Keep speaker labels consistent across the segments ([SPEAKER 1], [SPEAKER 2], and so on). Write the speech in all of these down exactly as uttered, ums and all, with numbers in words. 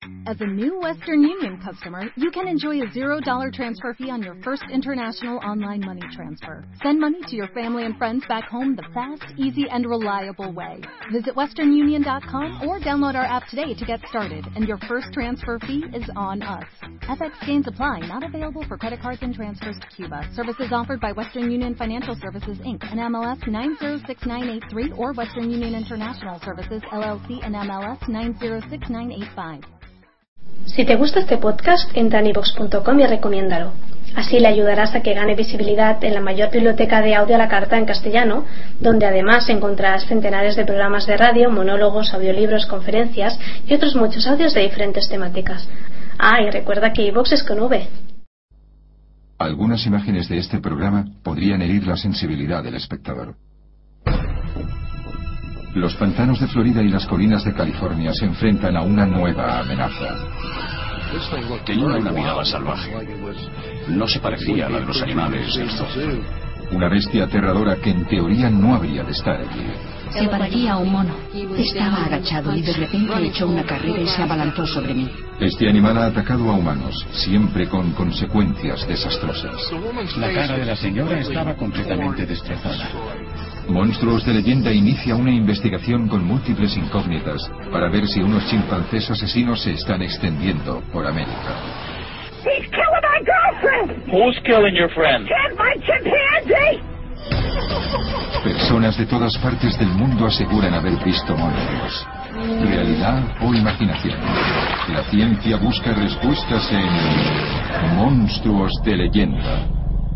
[SPEAKER 1] As a new Western Union customer, you can enjoy a zero dollar transfer fee on your first international online money transfer. Send money to your family and friends back home the fast, easy, and reliable way. Visit western union dot com or download our app today to get started, and your first transfer fee is on us. F X gains apply, not available for credit cards and transfers to Cuba. Services offered by Western Union Financial Services, Incorporated and M L S nine zero six nine eight three or Western Union International Services, L L C and M L S nine zero six nine eight five.
[SPEAKER 2] Si te gusta este podcast, entra en iVoox punto com y recomiéndalo. Así le ayudarás a que gane visibilidad en la mayor biblioteca de audio a la carta en castellano, donde además encontrarás centenares de programas de radio, monólogos, audiolibros, conferencias y otros muchos audios de diferentes temáticas. Ah, y recuerda que iVoox es con V.
[SPEAKER 3] Algunas imágenes de este programa podrían herir la sensibilidad del espectador. Los pantanos de Florida y las colinas de California se enfrentan a una nueva amenaza.
[SPEAKER 4] Tenía una mirada salvaje. No se parecía a la de los animales del zoo.
[SPEAKER 3] Una bestia aterradora que en teoría no habría de estar aquí.
[SPEAKER 5] Se parecía a un mono. Estaba agachado y de repente echó una carrera y se abalanzó sobre mí.
[SPEAKER 3] Este animal ha atacado a humanos, siempre con consecuencias desastrosas.
[SPEAKER 6] La cara de la señora estaba completamente destrozada.
[SPEAKER 3] Monstruos de Leyenda inicia una investigación con múltiples incógnitas para ver si unos chimpancés asesinos se están extendiendo por América.
[SPEAKER 7] He's killing my girlfriend.
[SPEAKER 8] Who's killing your friend?
[SPEAKER 7] Ted, my chimpanzee.
[SPEAKER 3] Personas de todas partes del mundo aseguran haber visto monstruos. ¿Realidad o imaginación? La ciencia busca respuestas en Monstruos de Leyenda.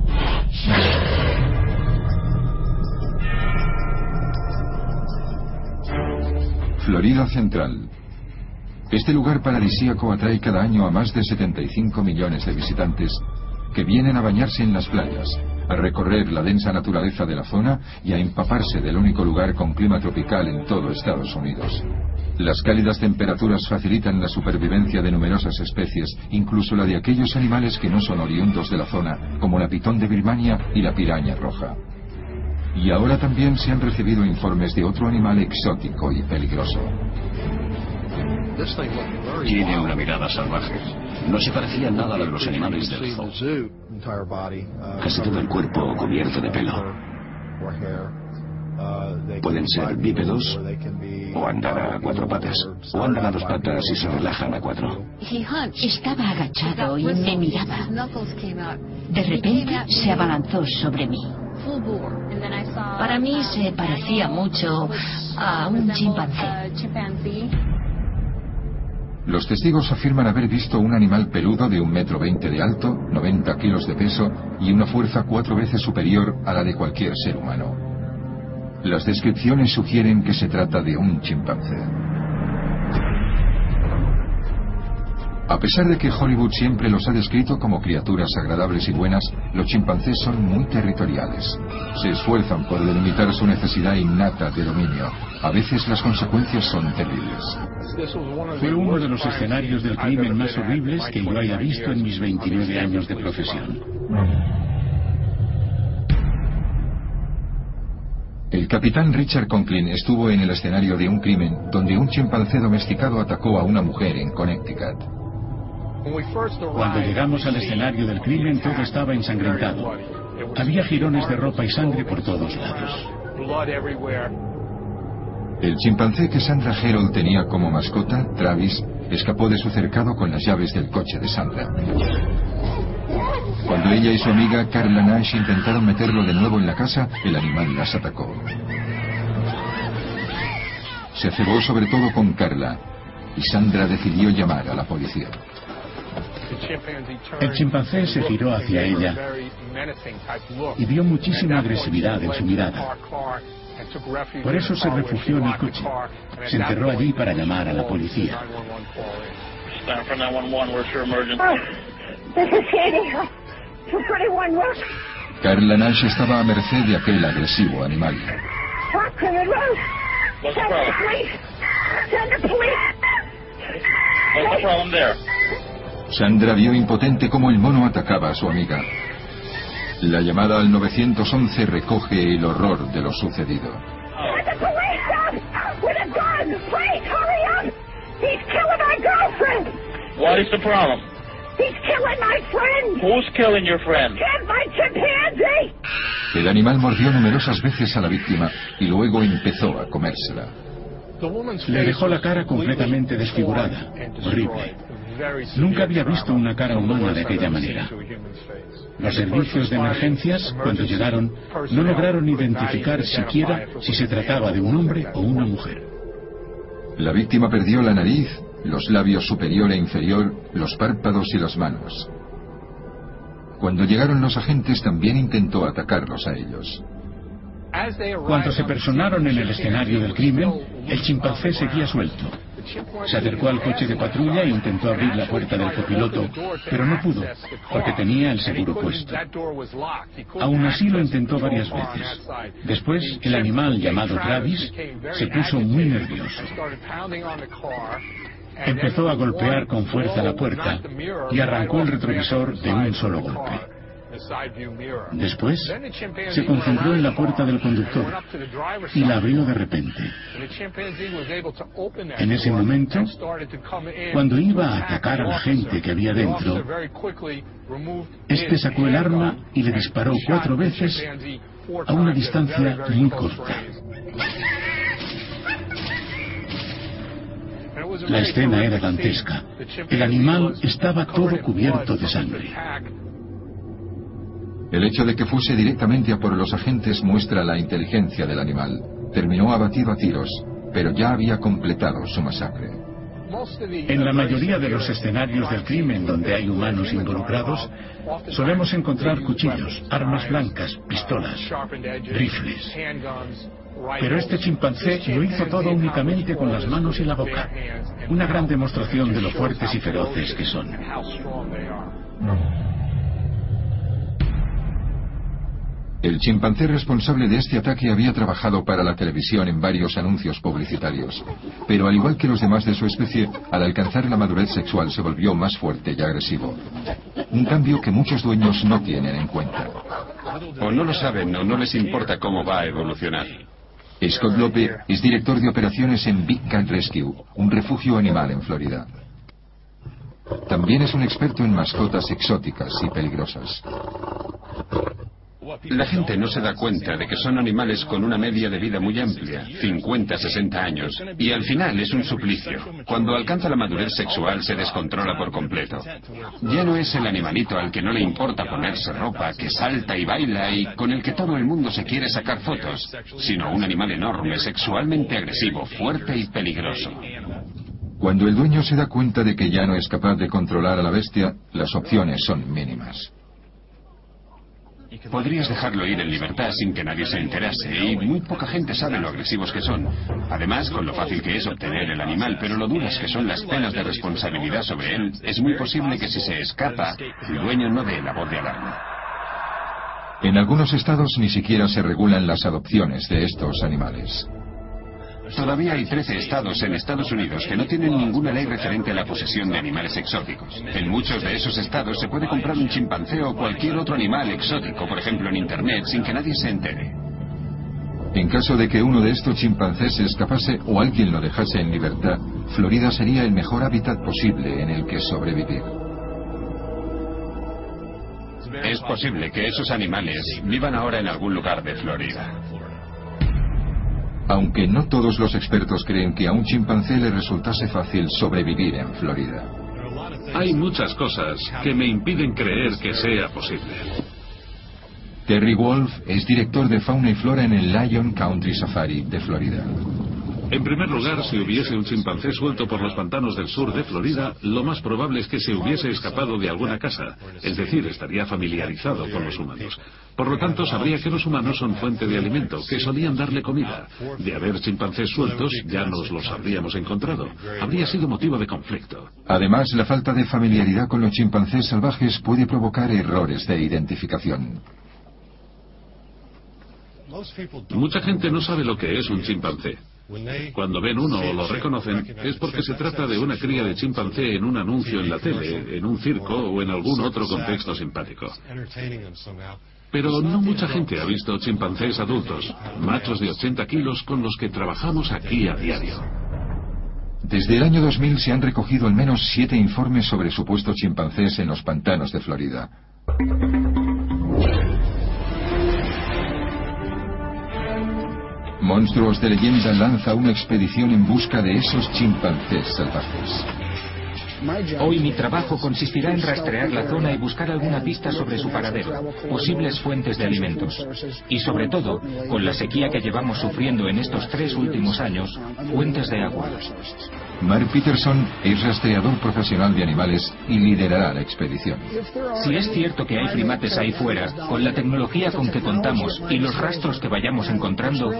[SPEAKER 3] Florida Central. Este lugar paradisíaco atrae cada año a más de setenta y cinco millones de visitantes que vienen a bañarse en las playas, a recorrer la densa naturaleza de la zona y a empaparse del único lugar con clima tropical en todo Estados Unidos. Las cálidas temperaturas facilitan la supervivencia de numerosas especies, incluso la de aquellos animales que no son oriundos de la zona, como la pitón de Birmania y la piraña roja. Y ahora también se han recibido informes de otro animal exótico y peligroso.
[SPEAKER 4] Tiene una mirada salvaje. No se parecía en nada a la de los animales del zoo. Casi todo el cuerpo cubierto de pelo. Pueden ser bípedos o andar a cuatro patas. O andan a dos patas y se relajan a cuatro.
[SPEAKER 5] Estaba agachado y me miraba. De repente se abalanzó sobre mí. Para mí se parecía mucho a un chimpancé.
[SPEAKER 3] Los testigos afirman haber visto un animal peludo de un metro veinte de alto, noventa kilos de peso y una fuerza cuatro veces superior a la de cualquier ser humano. Las descripciones sugieren que se trata de un chimpancé. A pesar de que Hollywood siempre los ha descrito como criaturas agradables y buenas, los chimpancés son muy territoriales. Se esfuerzan por delimitar su necesidad innata de dominio. A veces las consecuencias son terribles.
[SPEAKER 6] Fue uno de los escenarios del crimen más horribles que yo haya visto en mis veintinueve años de profesión.
[SPEAKER 3] El capitán Richard Conklin estuvo en el escenario de un crimen donde un chimpancé domesticado atacó a una mujer en Connecticut.
[SPEAKER 6] Cuando llegamos al escenario del crimen, todo estaba ensangrentado. Había jirones de ropa y sangre por todos lados.
[SPEAKER 3] El chimpancé que Sandra Herold tenía como mascota, Travis, escapó de su cercado con las llaves del coche de Sandra. Cuando ella y su amiga Carla Nash intentaron meterlo de nuevo en la casa, el animal las atacó. Se cebó sobre todo con Carla, y Sandra decidió llamar a la policía.
[SPEAKER 6] El chimpancé se giró hacia ella y vio muchísima agresividad en su mirada. Por eso se refugió en el coche. Se enterró allí para llamar a la policía.
[SPEAKER 3] Carla Nash estaba a merced de aquel agresivo animal. Sandra vio impotente cómo el mono atacaba a su amiga. La llamada al nueve once recoge el horror de lo sucedido.
[SPEAKER 7] He's killing my girlfriend!
[SPEAKER 8] What is the problem?
[SPEAKER 7] He's killing my friend.
[SPEAKER 8] Who's killing your friend?
[SPEAKER 7] Ted, my chimpanzee.
[SPEAKER 3] El animal mordió numerosas veces a la víctima y luego empezó a comérsela.
[SPEAKER 6] Le dejó la cara completamente desfigurada. Horrible. Nunca había visto una cara humana de aquella manera. Los servicios de emergencias, cuando llegaron, no lograron identificar siquiera si se trataba de un hombre o una mujer.
[SPEAKER 3] La víctima perdió la nariz, los labios superior e inferior, los párpados y las manos. Cuando llegaron los agentes, también intentó atacarlos a ellos.
[SPEAKER 6] Cuando se personaron en el escenario del crimen, el chimpancé seguía suelto. Se acercó al coche de patrulla e intentó abrir la puerta del copiloto, pero no pudo, porque tenía el seguro puesto. Aún así lo intentó varias veces. Después, el animal llamado Travis se puso muy nervioso. Empezó a golpear con fuerza la puerta y arrancó el retrovisor de un solo golpe. Después, se concentró en la puerta del conductor y la abrió de repente. En ese momento, cuando iba a atacar a la gente que había dentro, este sacó el arma y le disparó cuatro veces a una distancia muy corta. La escena era dantesca. El animal estaba todo cubierto de sangre.
[SPEAKER 3] El hecho de que fuese directamente a por los agentes muestra la inteligencia del animal. Terminó abatido a tiros, pero ya había completado su masacre.
[SPEAKER 6] En la mayoría de los escenarios del crimen donde hay humanos involucrados, solemos encontrar cuchillos, armas blancas, pistolas, rifles. Pero este chimpancé lo hizo todo únicamente con las manos y la boca. Una gran demostración de lo fuertes y feroces que son.
[SPEAKER 3] El chimpancé responsable de este ataque había trabajado para la televisión en varios anuncios publicitarios, pero al igual que los demás de su especie, al alcanzar la madurez sexual se volvió más fuerte y agresivo. Un cambio que muchos dueños no tienen en cuenta.
[SPEAKER 4] O no lo saben o no les importa cómo va a evolucionar.
[SPEAKER 3] Scott Lope es director de operaciones en Big Cat Rescue, un refugio animal en Florida. También es un experto en mascotas exóticas y peligrosas.
[SPEAKER 4] La gente no se da cuenta de que son animales con una media de vida muy amplia, cincuenta a sesenta años, y al final es un suplicio. Cuando alcanza la madurez sexual se descontrola por completo. Ya no es el animalito al que no le importa ponerse ropa, que salta y baila y con el que todo el mundo se quiere sacar fotos, sino un animal enorme, sexualmente agresivo, fuerte y peligroso.
[SPEAKER 3] Cuando el dueño se da cuenta de que ya no es capaz de controlar a la bestia, las opciones son mínimas.
[SPEAKER 4] Podrías dejarlo ir en libertad sin que nadie se enterase, y muy poca gente sabe lo agresivos que son. Además, con lo fácil que es obtener el animal, pero lo duras que son las penas de responsabilidad sobre él, es muy posible que si se escapa, el dueño no dé la voz de alarma.
[SPEAKER 3] En algunos estados ni siquiera se regulan las adopciones de estos animales.
[SPEAKER 4] Todavía hay trece estados en Estados Unidos que no tienen ninguna ley referente a la posesión de animales exóticos. En muchos de esos estados se puede comprar un chimpancé o cualquier otro animal exótico, por ejemplo en Internet, sin que nadie se entere.
[SPEAKER 3] En caso de que uno de estos chimpancés se escapase o alguien lo dejase en libertad, Florida sería el mejor hábitat posible en el que sobrevivir.
[SPEAKER 4] Es posible que esos animales vivan ahora en algún lugar de Florida.
[SPEAKER 3] Aunque no todos los expertos creen que a un chimpancé le resultase fácil sobrevivir en Florida.
[SPEAKER 9] Hay muchas cosas que me impiden creer que sea posible.
[SPEAKER 3] Terry Wolf es director de fauna y flora en el Lyon Country Safari de Florida.
[SPEAKER 9] En primer lugar, si hubiese un chimpancé suelto por los pantanos del sur de Florida, lo más probable es que se hubiese escapado de alguna casa, es decir, estaría familiarizado con los humanos. Por lo tanto, sabría que los humanos son fuente de alimento, que solían darle comida. De haber chimpancés sueltos, ya nos los habríamos encontrado. Habría sido motivo de conflicto.
[SPEAKER 3] Además, la falta de familiaridad con los chimpancés salvajes puede provocar errores de identificación.
[SPEAKER 9] Mucha gente no sabe lo que es un chimpancé. Cuando ven uno o lo reconocen, es porque se trata de una cría de chimpancé en un anuncio en la tele, en un circo o en algún otro contexto simpático. Pero no mucha gente ha visto chimpancés adultos, machos de ochenta kilos con los que trabajamos aquí a diario.
[SPEAKER 3] Desde el año dos mil se han recogido al menos siete informes sobre supuestos chimpancés en los pantanos de Florida. Monstruos de Leyenda lanza una expedición en busca de esos chimpancés salvajes.
[SPEAKER 8] Hoy mi trabajo consistirá en rastrear la zona y buscar alguna pista sobre su paradero, posibles fuentes de alimentos. Y sobre todo, con la sequía que llevamos sufriendo en estos tres últimos años, fuentes de agua.
[SPEAKER 3] Mark Peterson es rastreador profesional de animales y liderará la expedición.
[SPEAKER 8] Si es cierto que hay primates ahí fuera, con la tecnología con que contamos y los rastros que vayamos encontrando,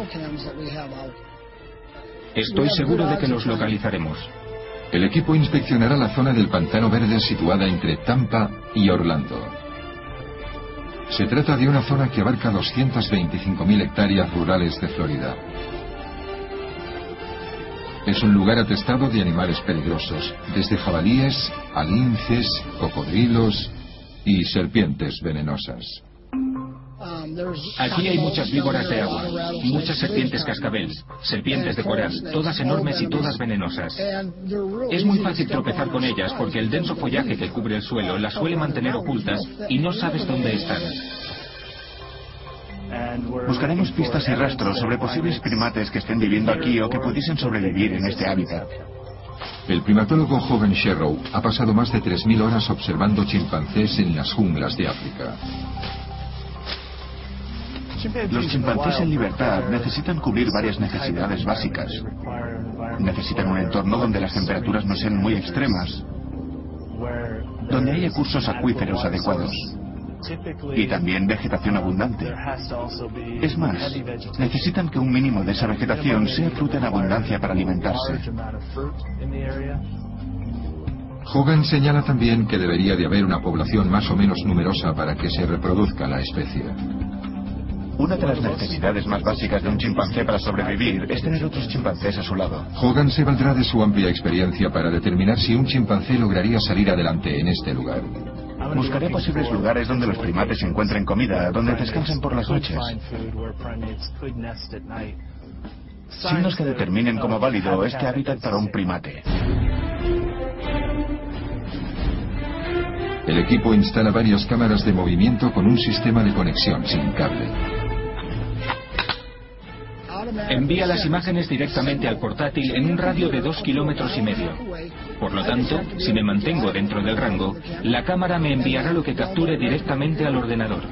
[SPEAKER 8] estoy seguro de que los localizaremos.
[SPEAKER 3] El equipo inspeccionará la zona del Pantano Verde situada entre Tampa y Orlando. Se trata de una zona que abarca doscientas veinticinco mil hectáreas rurales de Florida. Es un lugar atestado de animales peligrosos, desde jabalíes a linces, cocodrilos y serpientes venenosas.
[SPEAKER 8] Aquí hay muchas víboras de agua, muchas serpientes cascabel, serpientes de coral, todas enormes y todas venenosas. Es muy fácil tropezar con ellas porque el denso follaje que cubre el suelo las suele mantener ocultas y no sabes dónde están.
[SPEAKER 10] Buscaremos pistas y rastros sobre posibles primates que estén viviendo aquí o que pudiesen sobrevivir en este hábitat.
[SPEAKER 3] El primatólogo Hogan Sherrow ha pasado más de tres mil horas observando chimpancés en las junglas de África.
[SPEAKER 10] Los chimpancés en libertad necesitan cubrir varias necesidades básicas. Necesitan un entorno donde las temperaturas no sean muy extremas, donde haya cursos acuíferos adecuados y también vegetación abundante. Es más, necesitan que un mínimo de esa vegetación sea fruta en abundancia para alimentarse.
[SPEAKER 3] Hogan señala también que debería de haber una población más o menos numerosa para que se reproduzca la especie.
[SPEAKER 10] Una de las necesidades más básicas de un chimpancé para sobrevivir es tener otros chimpancés a su lado.
[SPEAKER 3] Hogan se valdrá de su amplia experiencia para determinar si un chimpancé lograría salir adelante en este lugar.
[SPEAKER 10] Buscaré posibles lugares donde los primates encuentren comida, donde descansen por las noches. Signos que determinen como válido este hábitat para un primate.
[SPEAKER 3] El equipo instala varias cámaras de movimiento con un sistema de conexión sin cable.
[SPEAKER 8] Envía las imágenes directamente al portátil en un radio de dos kilómetros y medio. Por lo tanto, si me mantengo dentro del rango, la cámara me enviará lo que capture directamente al ordenador.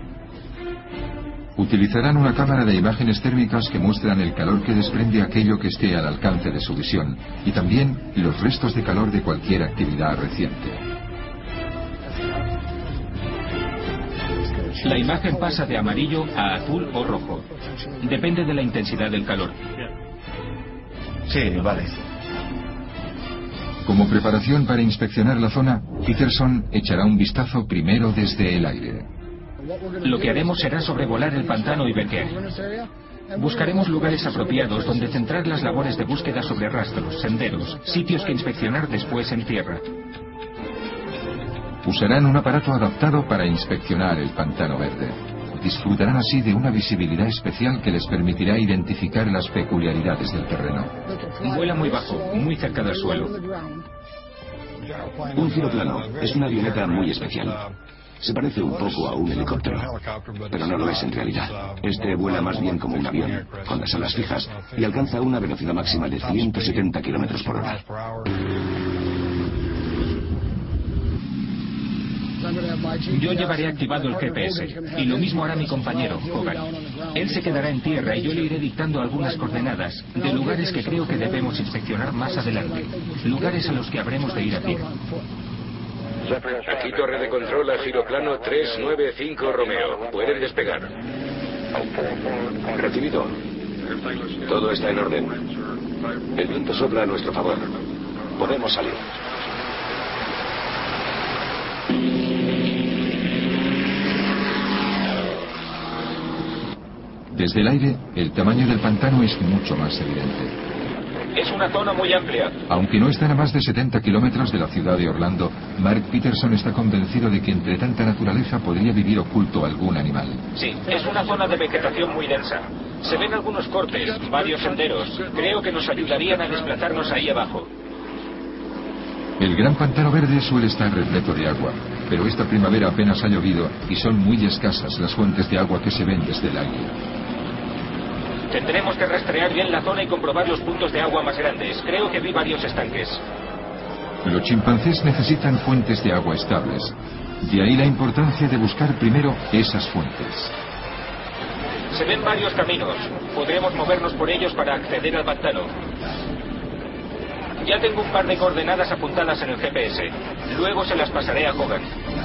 [SPEAKER 3] Utilizarán una cámara de imágenes térmicas que muestran el calor que desprende aquello que esté al alcance de su visión y también los restos de calor de cualquier actividad reciente.
[SPEAKER 8] La imagen pasa de amarillo a azul o rojo. Depende de la intensidad del calor.
[SPEAKER 10] Sí, vale.
[SPEAKER 3] Como preparación para inspeccionar la zona, Peterson echará un vistazo primero desde el aire.
[SPEAKER 8] Lo que haremos será sobrevolar el pantano y ver. Buscaremos lugares apropiados donde centrar las labores de búsqueda sobre rastros, senderos, sitios que inspeccionar después en tierra.
[SPEAKER 3] Usarán un aparato adaptado para inspeccionar el Pantano Verde. Disfrutarán así de una visibilidad especial que les permitirá identificar las peculiaridades del terreno.
[SPEAKER 8] Vuela muy bajo, muy cerca del suelo.
[SPEAKER 11] Un giroplano es una avioneta muy especial. Se parece un poco a un helicóptero, pero no lo es en realidad. Este vuela más bien como un avión, con las alas fijas, y alcanza una velocidad máxima de ciento setenta kilómetros por hora.
[SPEAKER 8] Yo llevaré activado el G P S, y lo mismo hará mi compañero, Hogan. Él se quedará en tierra y yo le iré dictando algunas coordenadas de lugares que creo que debemos inspeccionar más adelante, lugares a los que habremos de ir a pie.
[SPEAKER 12] Aquí torre de control a giroplano tres nueve cinco Romeo. Pueden despegar.
[SPEAKER 11] Recibido. Todo está en orden. El viento sopla a nuestro favor. Podemos salir.
[SPEAKER 3] Desde el aire, el tamaño del pantano es mucho más evidente.
[SPEAKER 8] Es una zona muy amplia.
[SPEAKER 3] Aunque no están a más de setenta kilómetros de la ciudad de Orlando, Mark Peterson está convencido de que entre tanta naturaleza podría vivir oculto algún animal.
[SPEAKER 8] Sí, es una zona de vegetación muy densa. Se ven algunos cortes, varios senderos. Creo que nos ayudarían a desplazarnos ahí abajo.
[SPEAKER 3] El gran pantano verde suele estar repleto de agua, pero esta primavera apenas ha llovido y son muy escasas las fuentes de agua que se ven desde el águila.
[SPEAKER 8] Tendremos que rastrear bien la zona y comprobar los puntos de agua más grandes. Creo que vi varios estanques.
[SPEAKER 3] Los chimpancés necesitan fuentes de agua estables. De ahí la importancia de buscar primero esas fuentes.
[SPEAKER 8] Se ven varios caminos. Podremos movernos por ellos para acceder al pantano. Ya tengo un par de coordenadas apuntadas en el G P S. Luego se las pasaré a Hogan.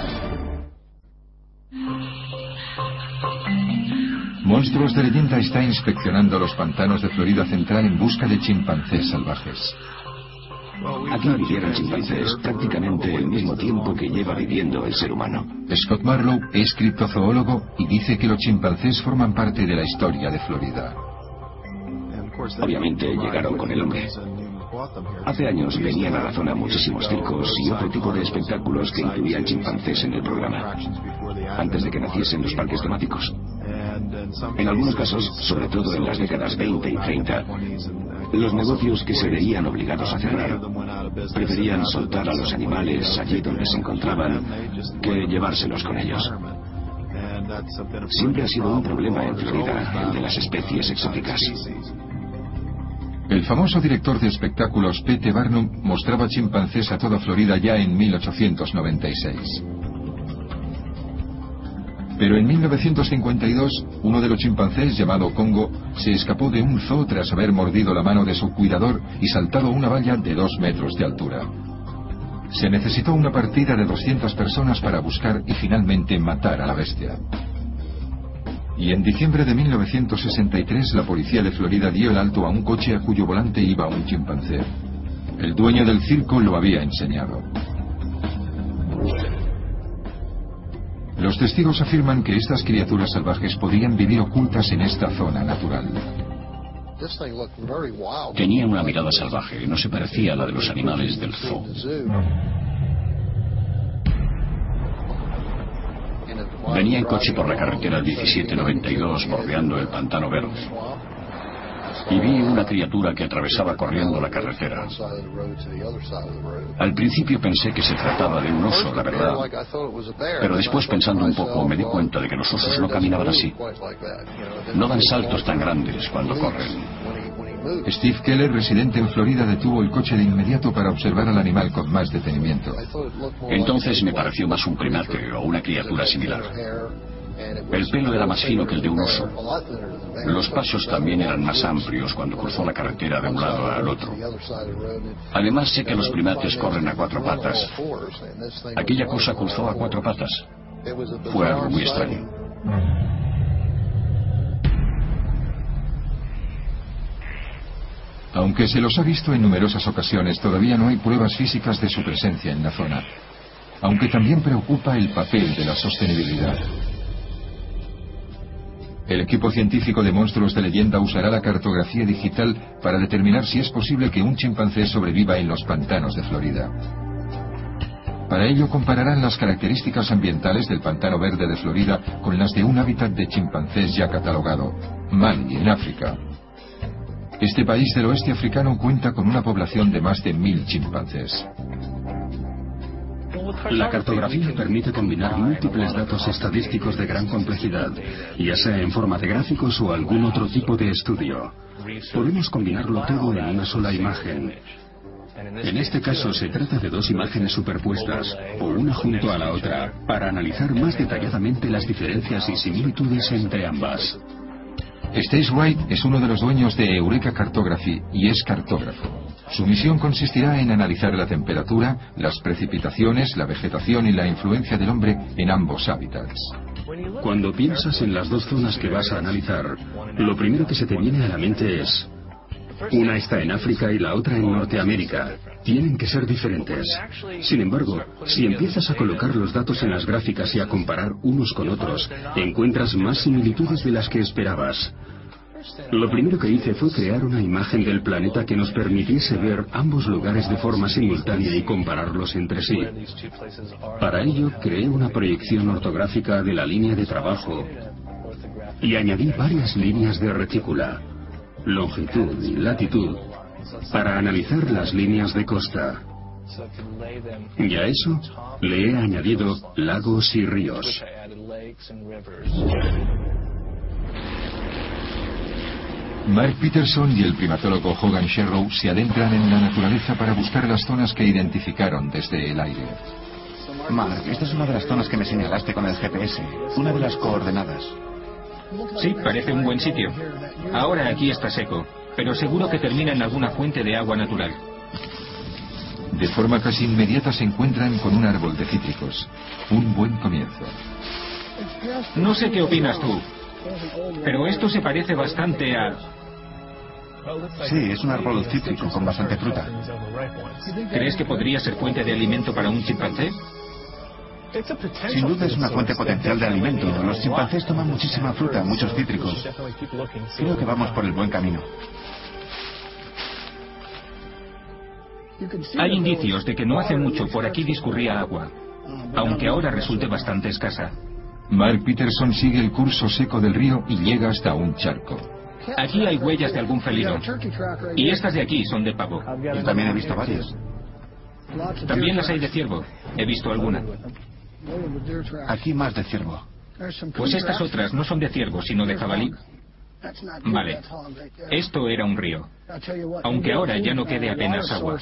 [SPEAKER 3] Monstruos de Leyenda está inspeccionando los pantanos de Florida Central en busca de chimpancés salvajes.
[SPEAKER 11] Aquí vivieron chimpancés prácticamente el mismo tiempo que lleva viviendo el ser humano.
[SPEAKER 3] Scott Marlowe es criptozoólogo y dice que los chimpancés forman parte de la historia de Florida.
[SPEAKER 11] Obviamente llegaron con el hombre. Hace años venían a la zona muchísimos circos y otro tipo de espectáculos que incluían chimpancés en el programa, antes de que naciesen los parques temáticos. En algunos casos, sobre todo en las décadas veinte y treinta, los negocios que se veían obligados a cerrar preferían soltar a los animales allí donde se encontraban que llevárselos con ellos. Siempre ha sido un problema en Florida, el de las especies exóticas.
[SPEAKER 3] El famoso director de espectáculos P T Barnum mostraba chimpancés a toda Florida ya en mil ochocientos noventa y seis. Pero en mil novecientos cincuenta y dos, uno de los chimpancés, llamado Congo, se escapó de un zoo tras haber mordido la mano de su cuidador y saltado una valla de dos metros de altura. Se necesitó una partida de doscientas personas para buscar y finalmente matar a la bestia. Y en diciembre de mil novecientos sesenta y tres, la policía de Florida dio el alto a un coche a cuyo volante iba un chimpancé. El dueño del circo lo había enseñado. Los testigos afirman que estas criaturas salvajes podían vivir ocultas en esta zona natural.
[SPEAKER 13] Tenía una mirada salvaje, no se parecía a la de los animales del zoo. Venía en coche por la carretera diecisiete noventa y dos bordeando el pantano verde. Y vi una criatura que atravesaba corriendo la carretera. Al principio pensé que se trataba de un oso, la verdad. Pero después, pensando un poco, me di cuenta de que los osos no caminaban así. No dan saltos tan grandes cuando corren.
[SPEAKER 3] Steve Keller, residente en Florida, detuvo el coche de inmediato para observar al animal con más detenimiento.
[SPEAKER 13] Entonces me pareció más un primate o una criatura similar. El pelo era más fino que el de un oso. Los pasos también eran más amplios cuando cruzó la carretera de un lado al otro. Además, sé que los primates corren a cuatro patas. Aquella cosa cruzó a cuatro patas. Fue algo muy extraño.
[SPEAKER 3] Aunque se los ha visto en numerosas ocasiones, todavía no hay pruebas físicas de su presencia en la zona. Aunque también preocupa el papel de la sostenibilidad. El equipo científico de Monstruos de Leyenda usará la cartografía digital para determinar si es posible que un chimpancé sobreviva en los pantanos de Florida. Para ello compararán las características ambientales del pantano verde de Florida con las de un hábitat de chimpancés ya catalogado, Mali, en África. Este país del oeste africano cuenta con una población de más de mil chimpancés.
[SPEAKER 14] La cartografía permite combinar múltiples datos estadísticos de gran complejidad, ya sea en forma de gráficos o algún otro tipo de estudio. Podemos combinarlo todo en una sola imagen. En este caso se trata de dos imágenes superpuestas, o una junto a la otra, para analizar más detalladamente las diferencias y similitudes entre ambas.
[SPEAKER 3] Stace Wright es uno de los dueños de Eureka Cartography y es cartógrafo. Su misión consistirá en analizar la temperatura, las precipitaciones, la vegetación y la influencia del hombre en ambos hábitats.
[SPEAKER 14] Cuando piensas en las dos zonas que vas a analizar, lo primero que se te viene a la mente es: una está en África y la otra en Norteamérica. Tienen que ser diferentes. Sin embargo, si empiezas a colocar los datos en las gráficas y a comparar unos con otros, encuentras más similitudes de las que esperabas. Lo primero que hice fue crear una imagen del planeta que nos permitiese ver ambos lugares de forma simultánea y compararlos entre sí. Para ello, creé una proyección ortográfica de la línea de trabajo y añadí varias líneas de retícula, longitud y latitud, para analizar las líneas de costa. Y a eso le he añadido lagos y ríos.
[SPEAKER 3] Mark Peterson y el primatólogo Hogan Sherrow se adentran en la naturaleza para buscar las zonas que identificaron desde el aire.
[SPEAKER 10] Mark, esta es una de las zonas que me señalaste con el G P S, una de las coordenadas.
[SPEAKER 8] Sí, parece un buen sitio. Ahora aquí está seco, pero seguro que termina en alguna fuente de agua natural.
[SPEAKER 3] De forma casi inmediata se encuentran con un árbol de cítricos. Un buen comienzo.
[SPEAKER 8] No sé qué opinas tú, pero esto se parece bastante a...
[SPEAKER 10] Sí, es un árbol cítrico con bastante fruta.
[SPEAKER 8] ¿Crees que podría ser fuente de alimento para un chimpancé?
[SPEAKER 10] Sin duda es una fuente potencial de alimento. Los chimpancés toman muchísima fruta, muchos cítricos. Creo que vamos por el buen camino.
[SPEAKER 8] Hay indicios de que no hace mucho por aquí discurría agua, aunque ahora resulte bastante escasa.
[SPEAKER 3] Mark Peterson sigue el curso seco del río y llega hasta un charco.
[SPEAKER 8] Aquí hay huellas de algún felino, y estas de aquí son de pavo.
[SPEAKER 10] Yo también he visto varias.
[SPEAKER 8] También las hay de ciervo. He visto alguna.
[SPEAKER 10] Aquí más de ciervo.
[SPEAKER 8] Pues estas otras no son de ciervo, sino de jabalí. Vale. Esto era un río, aunque ahora ya no quede apenas agua.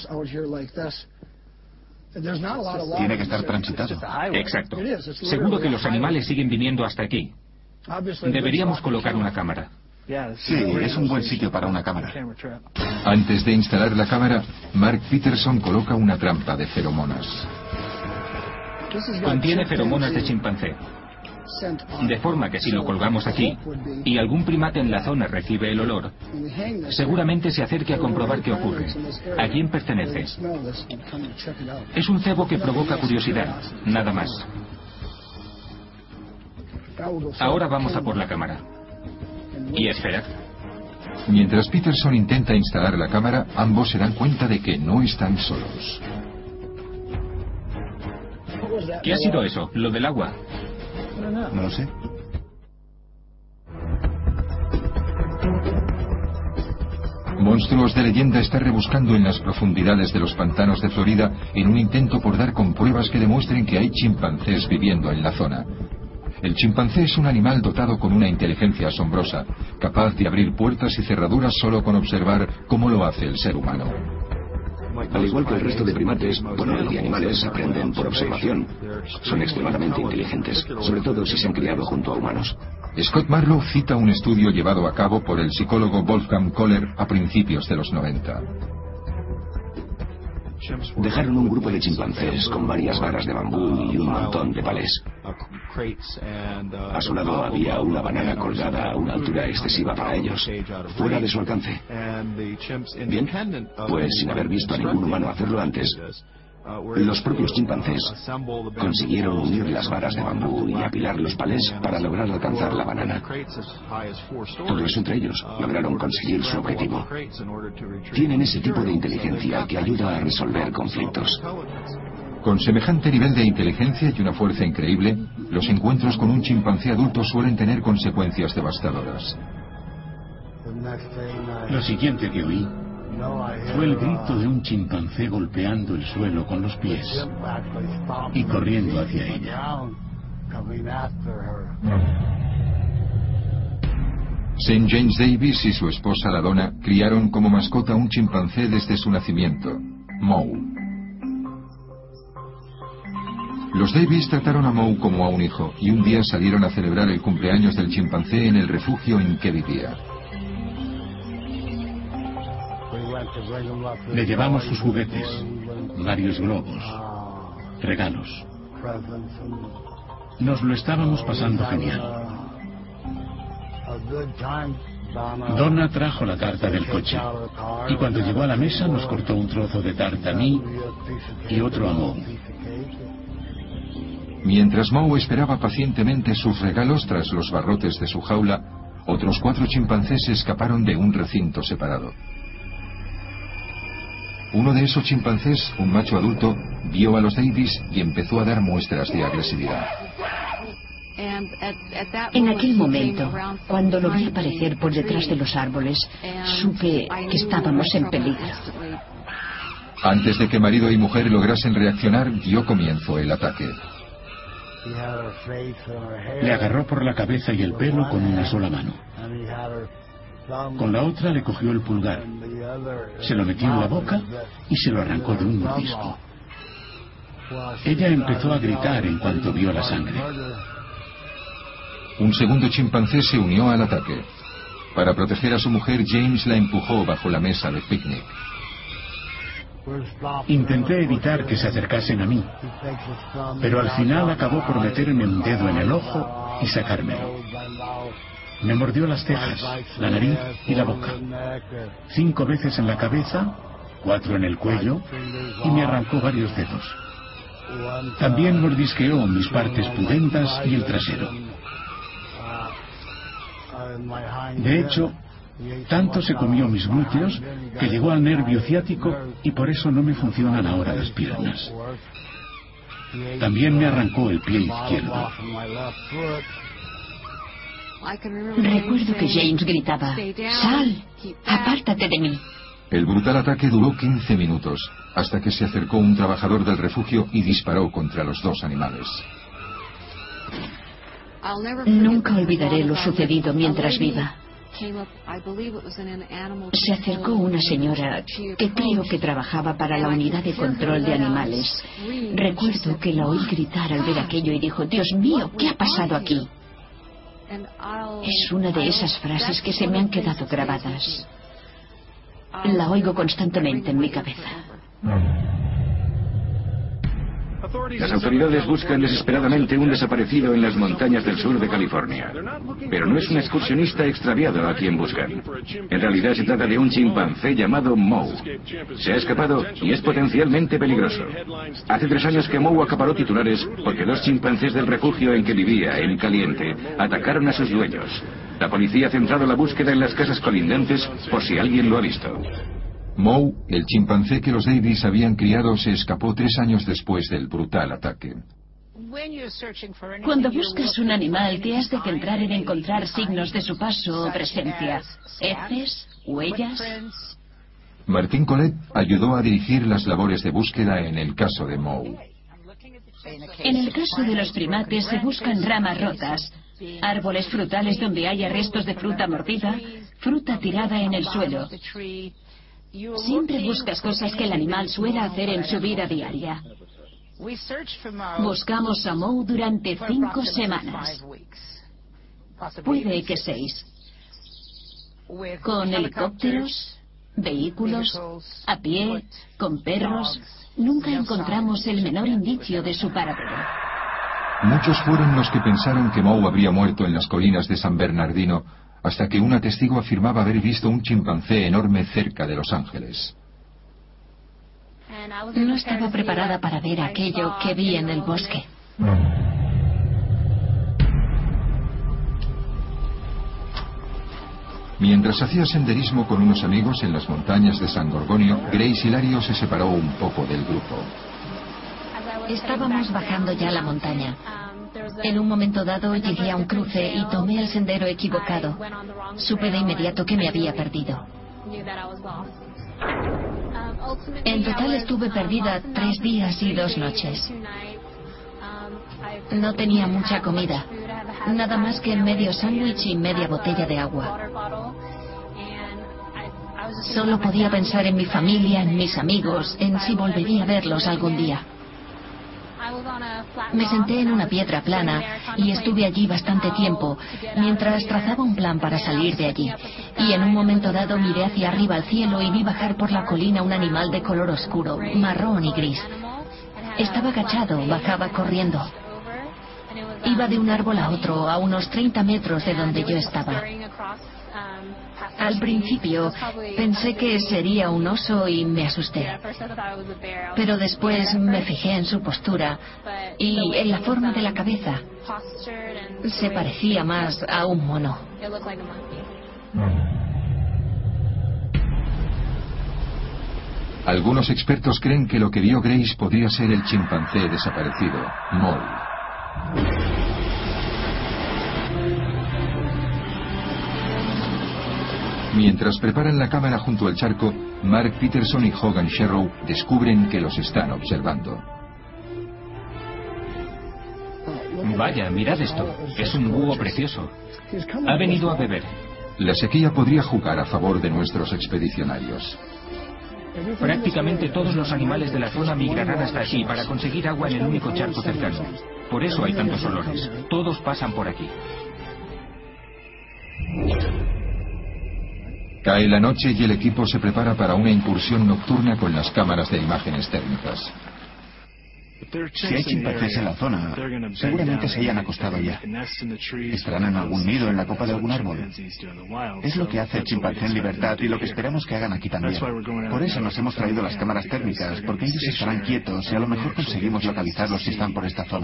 [SPEAKER 10] Tiene que estar transitado.
[SPEAKER 8] Exacto. Seguro que los animales siguen viniendo hasta aquí. Deberíamos colocar una cámara.
[SPEAKER 10] Sí, es un buen sitio para una cámara.
[SPEAKER 3] Antes de instalar la cámara, Mark Peterson coloca una trampa de feromonas.
[SPEAKER 8] Contiene feromonas de chimpancé, de forma que si lo colgamos aquí y algún primate en la zona recibe el olor, seguramente se acerque a comprobar qué ocurre, a quién pertenece. Es un cebo que provoca curiosidad, nada más. Ahora vamos a por la cámara. Y esperad.
[SPEAKER 3] Mientras Peterson intenta instalar la cámara, ambos se dan cuenta de que no están solos.
[SPEAKER 8] ¿Qué ha sido eso? ¿Lo del agua?
[SPEAKER 10] No lo sé.
[SPEAKER 3] Monstruos de Leyenda está rebuscando en las profundidades de los pantanos de Florida en un intento por dar con pruebas que demuestren que hay chimpancés viviendo en la zona. El chimpancé es un animal dotado con una inteligencia asombrosa, capaz de abrir puertas y cerraduras solo con observar cómo lo hace el ser humano.
[SPEAKER 11] Al igual que el resto de primates, bueno, y animales, aprenden por observación. Son extremadamente inteligentes, sobre todo si se han criado junto a humanos.
[SPEAKER 3] Scott Marlowe cita un estudio llevado a cabo por el psicólogo Wolfgang Kohler a principios de los noventa.
[SPEAKER 11] Dejaron un grupo de chimpancés con varias varas de bambú y un montón de palés. A su lado había una banana colgada a una altura excesiva para ellos, fuera de su alcance. Bien, pues sin haber visto a ningún humano hacerlo antes, los propios chimpancés consiguieron unir las varas de bambú y apilar los palés para lograr alcanzar la banana. Todo eso entre ellos lograron conseguir su objetivo. Tienen ese tipo de inteligencia que ayuda a resolver conflictos.
[SPEAKER 3] Con semejante nivel de inteligencia y una fuerza increíble, los encuentros con un chimpancé adulto suelen tener consecuencias devastadoras.
[SPEAKER 6] Lo siguiente que oí fue el grito de un chimpancé golpeando el suelo con los pies y corriendo hacia ella.
[SPEAKER 3] Saint James Davis y su esposa la Donna criaron como mascota un chimpancé desde su nacimiento, Moe. Los Davis trataron a Moe como a un hijo y un día salieron a celebrar el cumpleaños del chimpancé en el refugio en que vivía.
[SPEAKER 6] Le llevamos sus juguetes, varios globos, regalos. Nos lo estábamos pasando genial. Donna trajo la tarta del coche y cuando llegó a la mesa nos cortó un trozo de tarta a mí y otro a Moe.
[SPEAKER 3] Mientras Moe esperaba pacientemente sus regalos tras los barrotes de su jaula, otros cuatro chimpancés escaparon de un recinto separado. Uno de esos chimpancés, un macho adulto, vio a los Davis y empezó a dar muestras de agresividad.
[SPEAKER 5] En aquel momento, cuando lo vi aparecer por detrás de los árboles, supe que estábamos en peligro.
[SPEAKER 3] Antes de que marido y mujer lograsen reaccionar, dio comienzo el ataque.
[SPEAKER 6] Le agarró por la cabeza y el pelo con una sola mano. Con la otra le cogió el pulgar, se lo metió en la boca y se lo arrancó de un mordisco. Ella empezó a gritar en cuanto vio la sangre.
[SPEAKER 3] Un segundo chimpancé se unió al ataque. Para proteger a su mujer, James la empujó bajo la mesa de picnic.
[SPEAKER 6] Intenté evitar que se acercasen a mí, pero al final acabó por meterme un dedo en el ojo y sacármelo. Me mordió las cejas, la nariz y la boca. Cinco veces en la cabeza, cuatro en el cuello y me arrancó varios dedos. También mordisqueó mis partes pudentas y el trasero. De hecho, tanto se comió mis glúteos que llegó al nervio ciático y por eso no me funcionan ahora las piernas. También me arrancó el pie izquierdo.
[SPEAKER 5] Recuerdo que James gritaba: ¡Sal! ¡Apártate de mí!
[SPEAKER 3] El brutal ataque duró quince minutos, hasta que se acercó un trabajador del refugio y disparó contra los dos animales.
[SPEAKER 5] Nunca olvidaré lo sucedido mientras viva. Se acercó una señora que creo que trabajaba para la unidad de control de animales. Recuerdo que la oí gritar al ver aquello y dijo: ¡Dios mío! ¿Qué ha pasado aquí? Es una de esas frases que se me han quedado grabadas. La oigo constantemente en mi cabeza.
[SPEAKER 11] Las autoridades buscan desesperadamente un desaparecido en las montañas del sur de California. Pero no es un excursionista extraviado a quien buscan. En realidad se trata de un chimpancé llamado Moe. Se ha escapado y es potencialmente peligroso. Hace tres años que Moe acaparó titulares porque dos chimpancés del refugio en que vivía, en Caliente, atacaron a sus dueños. La policía ha centrado la búsqueda en las casas colindantes por si alguien lo ha visto.
[SPEAKER 3] Moe, el chimpancé que los Davis habían criado, se escapó tres años después del brutal ataque.
[SPEAKER 5] Cuando buscas un animal, te has de centrar en encontrar signos de su paso o presencia. Heces, huellas.
[SPEAKER 3] Martín Colette ayudó a dirigir las labores de búsqueda en el caso de Moe.
[SPEAKER 5] En el caso de los primates se buscan ramas rotas, árboles frutales donde haya restos de fruta mordida, fruta tirada en el suelo. Siempre buscas cosas que el animal suele hacer en su vida diaria. Buscamos a Moe durante cinco semanas. Puede que seis. Con helicópteros, vehículos, a pie, con perros, nunca encontramos el menor indicio de su paradero.
[SPEAKER 3] Muchos fueron los que pensaron que Moe habría muerto en las colinas de San Bernardino, hasta que una testigo afirmaba haber visto un chimpancé enorme cerca de Los Ángeles.
[SPEAKER 5] No estaba preparada para ver aquello que vi en el bosque.
[SPEAKER 3] Mientras hacía senderismo con unos amigos en las montañas de San Gorgonio, Grace Hilario se separó un poco del grupo.
[SPEAKER 5] Estábamos bajando ya la montaña. En un momento dado llegué a un cruce y tomé el sendero equivocado. Supe de inmediato que me había perdido. En total estuve perdida tres días y dos noches. No tenía mucha comida, nada más que medio sándwich y media botella de agua. Solo podía pensar en mi familia, en mis amigos, en si volvería a verlos algún día. Me senté en una piedra plana y estuve allí bastante tiempo, mientras trazaba un plan para salir de allí. Y en un momento dado miré hacia arriba al cielo y vi bajar por la colina un animal de color oscuro, marrón y gris. Estaba agachado, bajaba corriendo. Iba de un árbol a otro, a unos treinta metros de donde yo estaba. Al principio pensé que sería un oso y me asusté. Pero después me fijé en su postura y en la forma de la cabeza. Se parecía más a un mono.
[SPEAKER 3] Algunos expertos creen que lo que vio Grace podría ser el chimpancé desaparecido, Moe. Mientras preparan la cámara junto al charco, Mark Peterson y Hogan Sherrow descubren que los están observando.
[SPEAKER 8] Vaya, mirad esto. Es un búho precioso. Ha venido a beber.
[SPEAKER 3] La sequía podría jugar a favor de nuestros expedicionarios.
[SPEAKER 8] Prácticamente todos los animales de la zona migrarán hasta aquí para conseguir agua en el único charco cercano. Por eso hay tantos olores. Todos pasan por aquí.
[SPEAKER 3] Cae la noche y el equipo se prepara para una incursión nocturna con las cámaras de imágenes térmicas.
[SPEAKER 10] Si hay chimpancés en la zona, seguramente se hayan acostado ya. Estarán en algún nido en la copa de algún árbol. Es lo que hace el chimpancé en libertad y lo que esperamos que hagan aquí también. Por eso nos hemos traído las cámaras térmicas, porque ellos estarán quietos y a lo mejor conseguimos localizarlos si están por esta zona.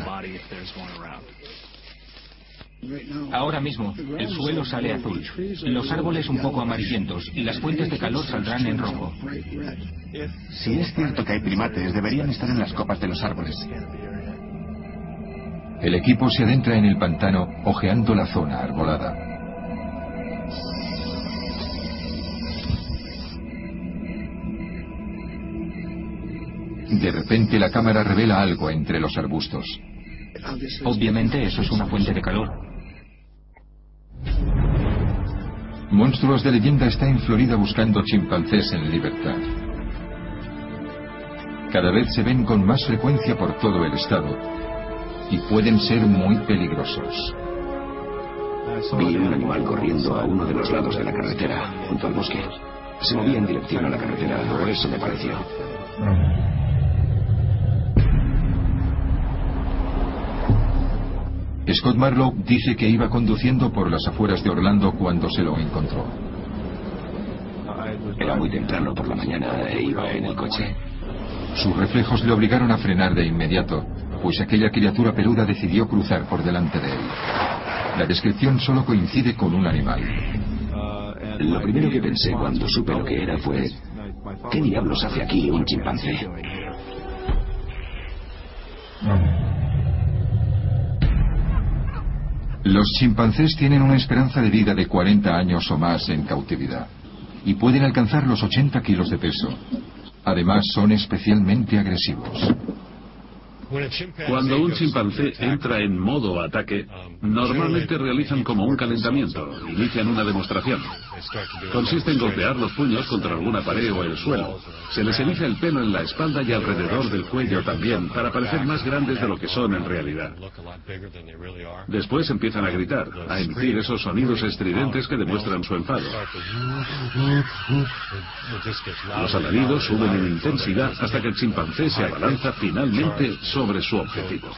[SPEAKER 8] Ahora mismo, el suelo sale azul, los árboles un poco amarillentos y las fuentes de calor saldrán en rojo.
[SPEAKER 10] Si es cierto que hay primates, deberían estar en las copas de los árboles.
[SPEAKER 3] El equipo se adentra en el pantano, ojeando la zona arbolada. De repente la cámara revela algo entre los arbustos.
[SPEAKER 8] Obviamente eso es una fuente de calor.
[SPEAKER 3] Monstruos de Leyenda está en Florida buscando chimpancés en libertad. Cada vez se ven con más frecuencia por todo el estado y pueden ser muy peligrosos.
[SPEAKER 11] Vi un animal corriendo a uno de los lados de la carretera, junto al bosque. Se movía en dirección a la carretera, o eso me pareció.
[SPEAKER 3] Scott Marlowe dice que iba conduciendo por las afueras de Orlando cuando se lo encontró.
[SPEAKER 11] Era muy temprano por la mañana e iba en el coche.
[SPEAKER 3] Sus reflejos le obligaron a frenar de inmediato, pues aquella criatura peluda decidió cruzar por delante de él. La descripción solo coincide con un animal.
[SPEAKER 11] Lo primero que pensé cuando supe lo que era fue: ¿qué diablos hace aquí un chimpancé?
[SPEAKER 3] Los chimpancés tienen una esperanza de vida de cuarenta años o más en cautividad y pueden alcanzar los ochenta kilos de peso. Además, son especialmente agresivos.
[SPEAKER 9] Cuando un chimpancé entra en modo ataque, normalmente realizan como un calentamiento, inician una demostración. Consiste en golpear los puños contra alguna pared o el suelo. Se les eriza el pelo en la espalda y alrededor del cuello también, para parecer más grandes de lo que son en realidad. Después empiezan a gritar, a emitir esos sonidos estridentes que demuestran su enfado. Los alaridos suben en intensidad hasta que el chimpancé se abalanza finalmente sobre su objetivo.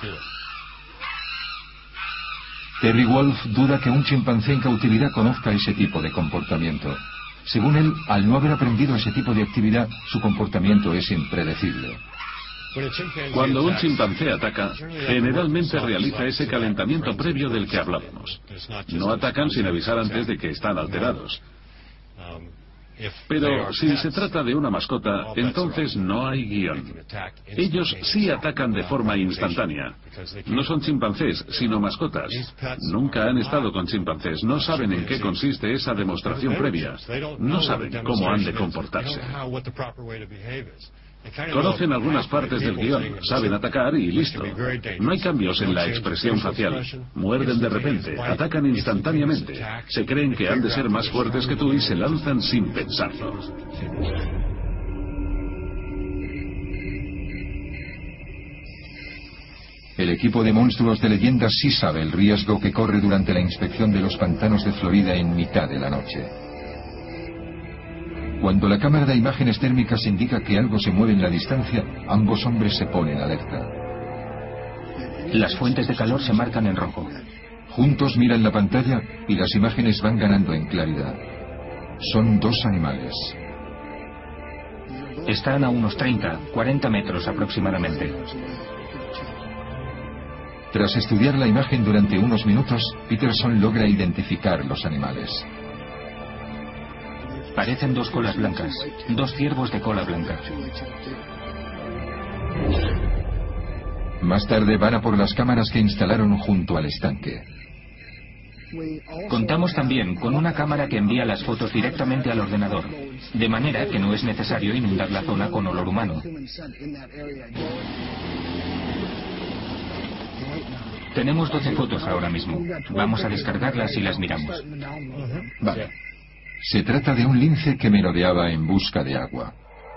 [SPEAKER 3] Terry Wolf duda que un chimpancé en cautividad conozca ese tipo de comportamiento. Según él, al no haber aprendido ese tipo de actividad, su comportamiento es impredecible.
[SPEAKER 9] Cuando un chimpancé ataca, generalmente realiza ese calentamiento previo del que hablábamos. No atacan sin avisar antes de que están alterados. Pero si se trata de una mascota, entonces no hay guión. Ellos sí atacan de forma instantánea. No son chimpancés, sino mascotas. Nunca han estado con chimpancés, no saben en qué consiste esa demostración previa. No saben cómo han de comportarse. Conocen algunas partes del guión, saben atacar y listo. No hay cambios en la expresión facial. Muerden de repente, atacan instantáneamente. Se creen que han de ser más fuertes que tú y se lanzan sin pensarlo.
[SPEAKER 3] El equipo de monstruos de Leyenda sí sabe el riesgo que corre durante la inspección de los pantanos de Florida en mitad de la noche. Cuando la cámara de imágenes térmicas indica que algo se mueve en la distancia, ambos hombres se ponen alerta.
[SPEAKER 8] Las fuentes de calor se marcan en rojo.
[SPEAKER 3] Juntos miran la pantalla y las imágenes van ganando en claridad. Son dos animales.
[SPEAKER 8] Están a unos treinta, cuarenta metros aproximadamente.
[SPEAKER 3] Tras estudiar la imagen durante unos minutos, Peterson logra identificar los animales.
[SPEAKER 8] Parecen dos colas blancas, dos ciervos de cola blanca.
[SPEAKER 3] Más tarde van a por las cámaras que instalaron junto al estanque.
[SPEAKER 8] Contamos también con una cámara que envía las fotos directamente al ordenador, de manera que no es necesario inundar la zona con olor humano. Tenemos doce fotos ahora mismo. Vamos a descargarlas y las miramos.
[SPEAKER 3] Vale. Se trata de un lince que merodeaba en busca de agua.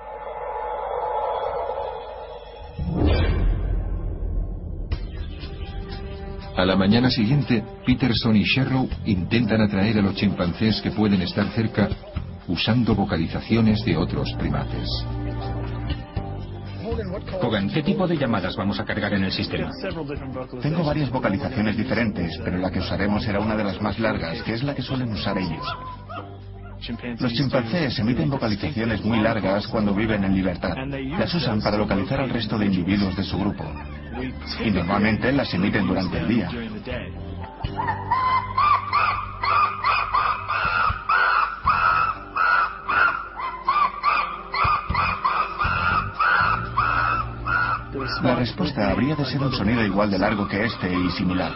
[SPEAKER 3] A la mañana siguiente, Peterson y Sherrow intentan atraer a los chimpancés que pueden estar cerca usando vocalizaciones de otros primates.
[SPEAKER 8] Hogan, ¿qué tipo de llamadas vamos a cargar en el sistema?
[SPEAKER 10] Tengo varias vocalizaciones diferentes, pero la que usaremos será una de las más largas, que es la que suelen usar ellos. Los chimpancés emiten vocalizaciones muy largas cuando viven en libertad. Las usan para localizar al resto de individuos de su grupo. Y normalmente las emiten durante el día. La respuesta habría de ser un sonido igual de largo que este y similar.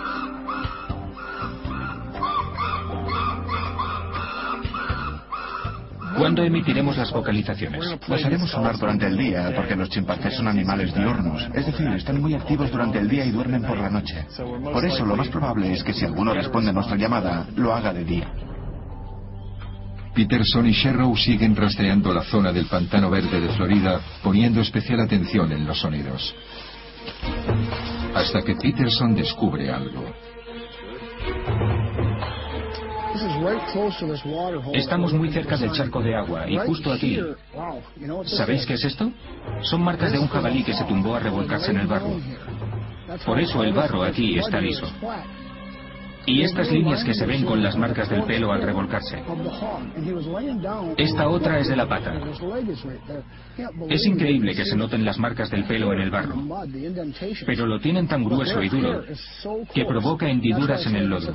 [SPEAKER 8] ¿Cuándo emitiremos las vocalizaciones?
[SPEAKER 10] Las haremos sonar durante el día, porque los chimpancés son animales diurnos. Es decir, están muy activos durante el día y duermen por la noche. Por eso, lo más probable es que si alguno responde a nuestra llamada, lo haga de día.
[SPEAKER 3] Peterson y Sherrow siguen rastreando la zona del pantano verde de Florida, poniendo especial atención en los sonidos. Hasta que Peterson descubre algo.
[SPEAKER 8] Estamos muy cerca del charco de agua y justo aquí. ¿Sabéis qué es esto? Son marcas de un jabalí que se tumbó a revolcarse en el barro. Por eso el barro aquí está liso. Y estas líneas que se ven con las marcas del pelo al revolcarse. Esta otra es de la pata. Es increíble que se noten las marcas del pelo en el barro, pero lo tienen tan grueso y duro que provoca hendiduras en el lodo.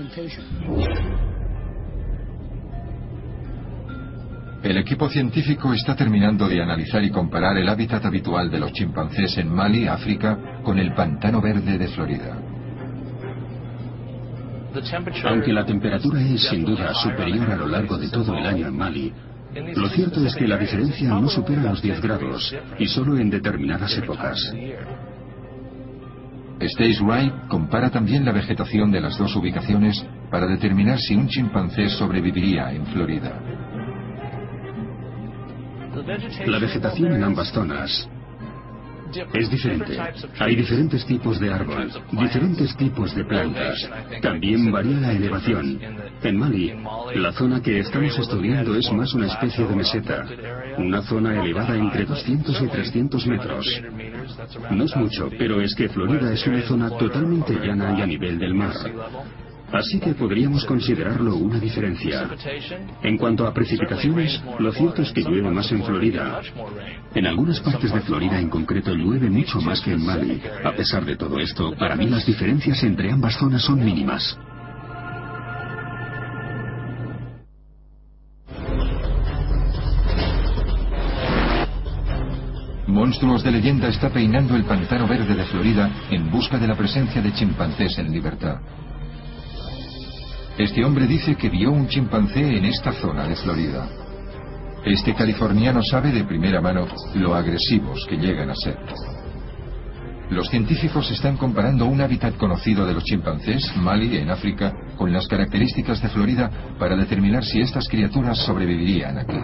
[SPEAKER 3] El equipo científico está terminando de analizar y comparar el hábitat habitual de los chimpancés en Mali, África, con el pantano verde de Florida.
[SPEAKER 14] Aunque la temperatura es sin duda superior a lo largo de todo el año en Mali, lo cierto es que la diferencia no supera los diez grados y solo en determinadas épocas.
[SPEAKER 3] Stace Wright compara también la vegetación de las dos ubicaciones para determinar si un chimpancé sobreviviría en Florida.
[SPEAKER 14] La vegetación en ambas zonas es diferente. Hay diferentes tipos de árbol, diferentes tipos de plantas. También varía la elevación. En Mali, la zona que estamos estudiando es más una especie de meseta, una zona elevada entre doscientos y trescientos metros. No es mucho, pero es que Florida es una zona totalmente llana y a nivel del mar. Así que podríamos considerarlo una diferencia. En cuanto a precipitaciones, lo cierto es que llueve más en Florida. En algunas partes de Florida en concreto llueve mucho más que en Mali. A pesar de todo esto, para mí las diferencias entre ambas zonas son mínimas.
[SPEAKER 3] Monstruos de Leyenda está peinando el pantano verde de Florida en busca de la presencia de chimpancés en libertad. Este hombre dice que vio un chimpancé en esta zona de Florida. Este californiano sabe de primera mano lo agresivos que llegan a ser. Los científicos están comparando un hábitat conocido de los chimpancés, Mali, en África, con las características de Florida para determinar si estas criaturas sobrevivirían aquí.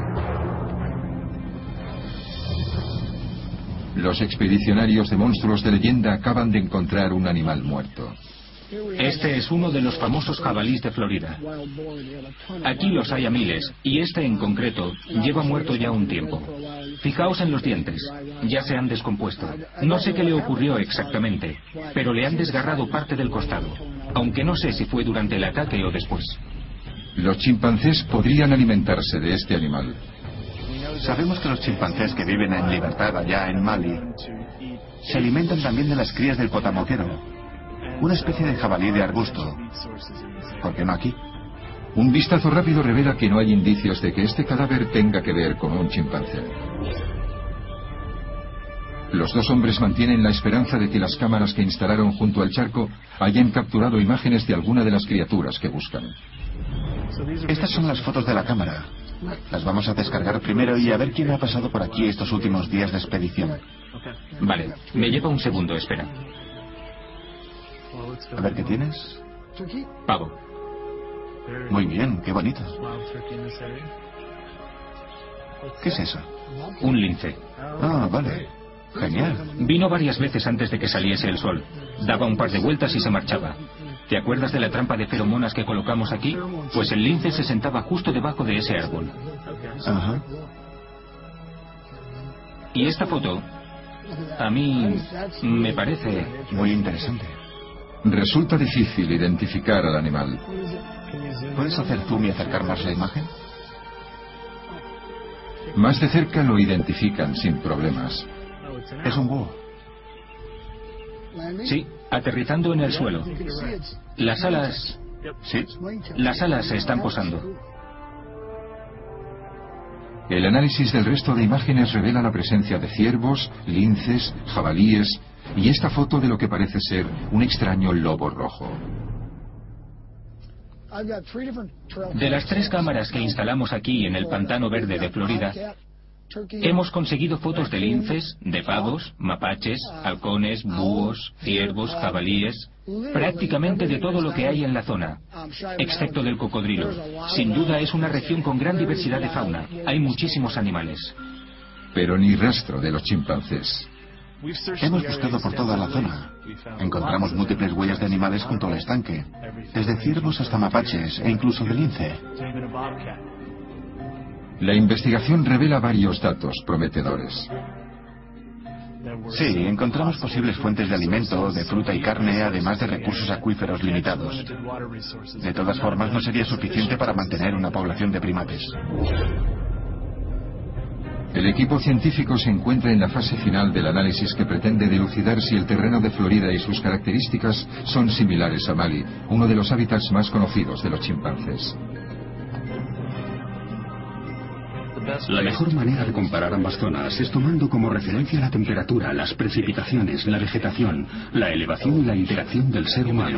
[SPEAKER 3] Los expedicionarios de Monstruos de Leyenda acaban de encontrar un animal muerto.
[SPEAKER 8] Este es uno de los famosos jabalíes de Florida. Aquí los hay a miles, y este en concreto lleva muerto ya un tiempo. Fijaos en los dientes, ya se han descompuesto. No sé qué le ocurrió exactamente, pero le han desgarrado parte del costado, aunque no sé si fue durante el ataque o después.
[SPEAKER 3] Los chimpancés podrían alimentarse de este animal.
[SPEAKER 10] Sabemos que los chimpancés que viven en libertad allá en Mali se alimentan también de las crías del potamoquero, una especie de jabalí de arbusto. ¿Por qué no aquí?
[SPEAKER 3] Un vistazo rápido revela que no hay indicios de que este cadáver tenga que ver con un chimpancé. Los dos hombres mantienen la esperanza de que las cámaras que instalaron junto al charco hayan capturado imágenes de alguna de las criaturas que buscan.
[SPEAKER 10] Estas son las fotos de la cámara. Las vamos a descargar primero y a ver quién ha pasado por aquí estos últimos días de expedición.
[SPEAKER 8] Vale, me lleva un segundo, espera.
[SPEAKER 10] A ver qué tienes.
[SPEAKER 8] Pavo.
[SPEAKER 10] Muy bien, qué bonito. ¿Qué es eso?
[SPEAKER 8] Un lince.
[SPEAKER 10] Ah, vale. Genial.
[SPEAKER 8] Vino varias veces antes de que saliese el sol. Daba un par de vueltas y se marchaba. ¿Te acuerdas de la trampa de feromonas que colocamos aquí? Pues el lince se sentaba justo debajo de ese árbol.
[SPEAKER 10] Ajá.
[SPEAKER 8] Y esta foto, a mí, me parece...
[SPEAKER 10] Muy interesante.
[SPEAKER 3] Resulta difícil identificar al animal.
[SPEAKER 10] ¿Puedes hacer zoom y acercar más la imagen?
[SPEAKER 3] Más de cerca lo identifican sin problemas.
[SPEAKER 10] Es un búho.
[SPEAKER 8] Sí, aterrizando en el suelo. Las alas...
[SPEAKER 10] Sí.
[SPEAKER 8] Las alas se están posando.
[SPEAKER 3] El análisis del resto de imágenes revela la presencia de ciervos, linces, jabalíes y esta foto de lo que parece ser un extraño lobo rojo.
[SPEAKER 8] De las tres cámaras que instalamos aquí en el Pantano Verde de Florida, hemos conseguido fotos de linces, de pavos, mapaches, halcones, búhos, ciervos, jabalíes, prácticamente de todo lo que hay en la zona, excepto del cocodrilo. Sin duda es una región con gran diversidad de fauna. Hay muchísimos animales.
[SPEAKER 3] Pero ni rastro de los chimpancés.
[SPEAKER 10] Hemos buscado por toda la zona. Encontramos múltiples huellas de animales junto al estanque, desde ciervos hasta mapaches e incluso de lince.
[SPEAKER 3] La investigación revela varios datos prometedores.
[SPEAKER 10] Sí, encontramos posibles fuentes de alimento, de fruta y carne, además de recursos acuíferos limitados. De todas formas, no sería suficiente para mantener una población de primates.
[SPEAKER 3] El equipo científico se encuentra en la fase final del análisis que pretende dilucidar si el terreno de Florida y sus características son similares a Mali, uno de los hábitats más conocidos de los chimpancés.
[SPEAKER 14] La mejor manera de comparar ambas zonas es tomando como referencia la temperatura, las precipitaciones, la vegetación, la elevación y la interacción del ser humano.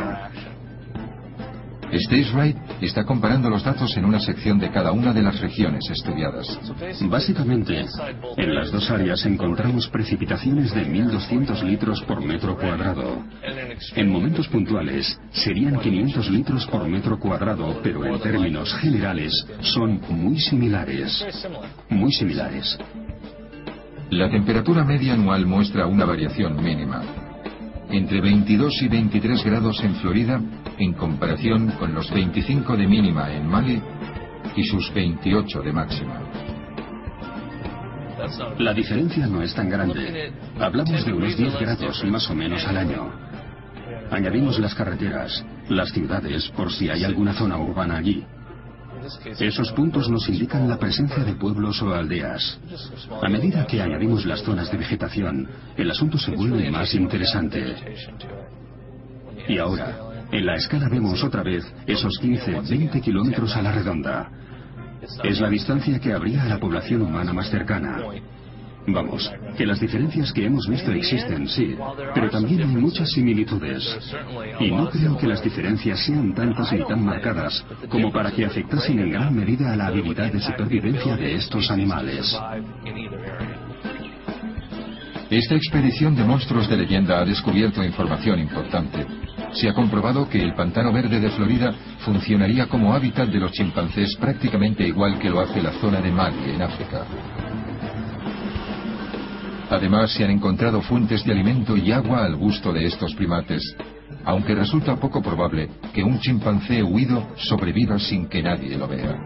[SPEAKER 3] Stace Wright está comparando los datos en una sección de cada una de las regiones estudiadas.
[SPEAKER 14] Básicamente, en las dos áreas encontramos precipitaciones de mil doscientos litros por metro cuadrado. En momentos puntuales serían quinientos litros por metro cuadrado, pero en términos generales son muy similares. Muy similares.
[SPEAKER 3] La temperatura media anual muestra una variación mínima. Entre veintidós y veintitrés grados en Florida, en comparación con los veinticinco de mínima en Mali y sus veintiocho de máxima.
[SPEAKER 14] La diferencia no es tan grande. Hablamos de unos diez grados más o menos al año. Añadimos las carreteras, las ciudades, por si hay alguna zona urbana allí. Esos puntos nos indican la presencia de pueblos o aldeas. A medida que añadimos las zonas de vegetación, el asunto se vuelve más interesante. Y ahora, en la escala vemos otra vez esos quince, veinte kilómetros a la redonda. Es la distancia que habría a la población humana más cercana. Vamos, que las diferencias que hemos visto existen, sí, pero también hay muchas similitudes. Y no creo que las diferencias sean tantas ni tan marcadas como para que afectasen en gran medida a la habilidad de supervivencia de estos animales.
[SPEAKER 3] Esta expedición de monstruos de leyenda ha descubierto información importante. Se ha comprobado que el Pantano Verde de Florida funcionaría como hábitat de los chimpancés prácticamente igual que lo hace la zona de Mali en África. Además, se han encontrado fuentes de alimento y agua al gusto de estos primates, aunque resulta poco probable que un chimpancé huido sobreviva sin que nadie lo vea.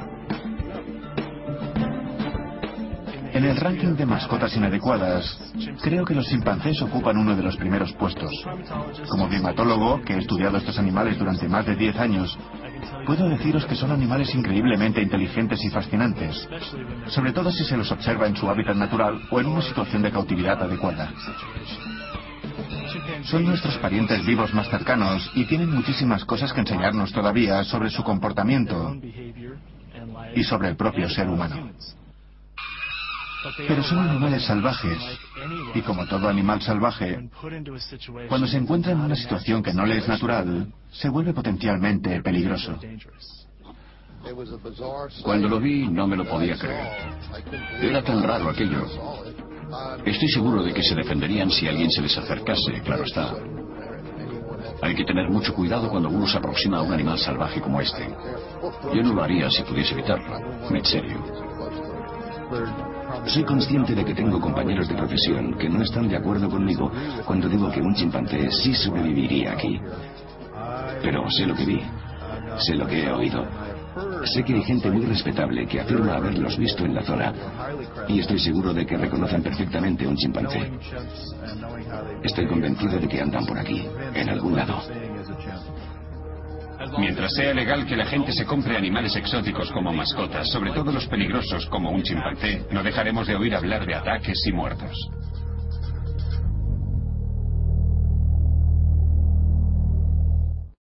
[SPEAKER 10] En el ranking de mascotas inadecuadas, creo que los chimpancés ocupan uno de los primeros puestos. Como primatólogo, que he estudiado estos animales durante más de diez años, puedo deciros que son animales increíblemente inteligentes y fascinantes, sobre todo si se los observa en su hábitat natural o en una situación de cautividad adecuada. Son nuestros parientes vivos más cercanos y tienen muchísimas cosas que enseñarnos todavía sobre su comportamiento y sobre el propio ser humano. Pero son animales salvajes Y como todo animal salvaje, cuando se encuentra en una situación que no le es natural, se vuelve potencialmente peligroso.
[SPEAKER 13] Cuando lo vi, no me lo podía creer. Era tan raro aquello. Estoy seguro de que se defenderían si alguien se les acercase, claro está. Hay que tener mucho cuidado cuando uno se aproxima a un animal salvaje como este. Yo no lo haría si pudiese evitarlo, en serio. Soy consciente de que tengo compañeros de profesión que no están de acuerdo conmigo cuando digo que un chimpancé sí sobreviviría aquí. Pero sé lo que vi, sé lo que he oído. Sé que hay gente muy respetable que afirma haberlos visto en la zona y estoy seguro de que reconocen perfectamente un chimpancé. Estoy convencido de que andan por aquí, en algún lado.
[SPEAKER 4] Mientras sea legal que la gente se compre animales exóticos como mascotas, sobre todo los peligrosos como un chimpancé, no dejaremos de oír hablar de ataques y muertos.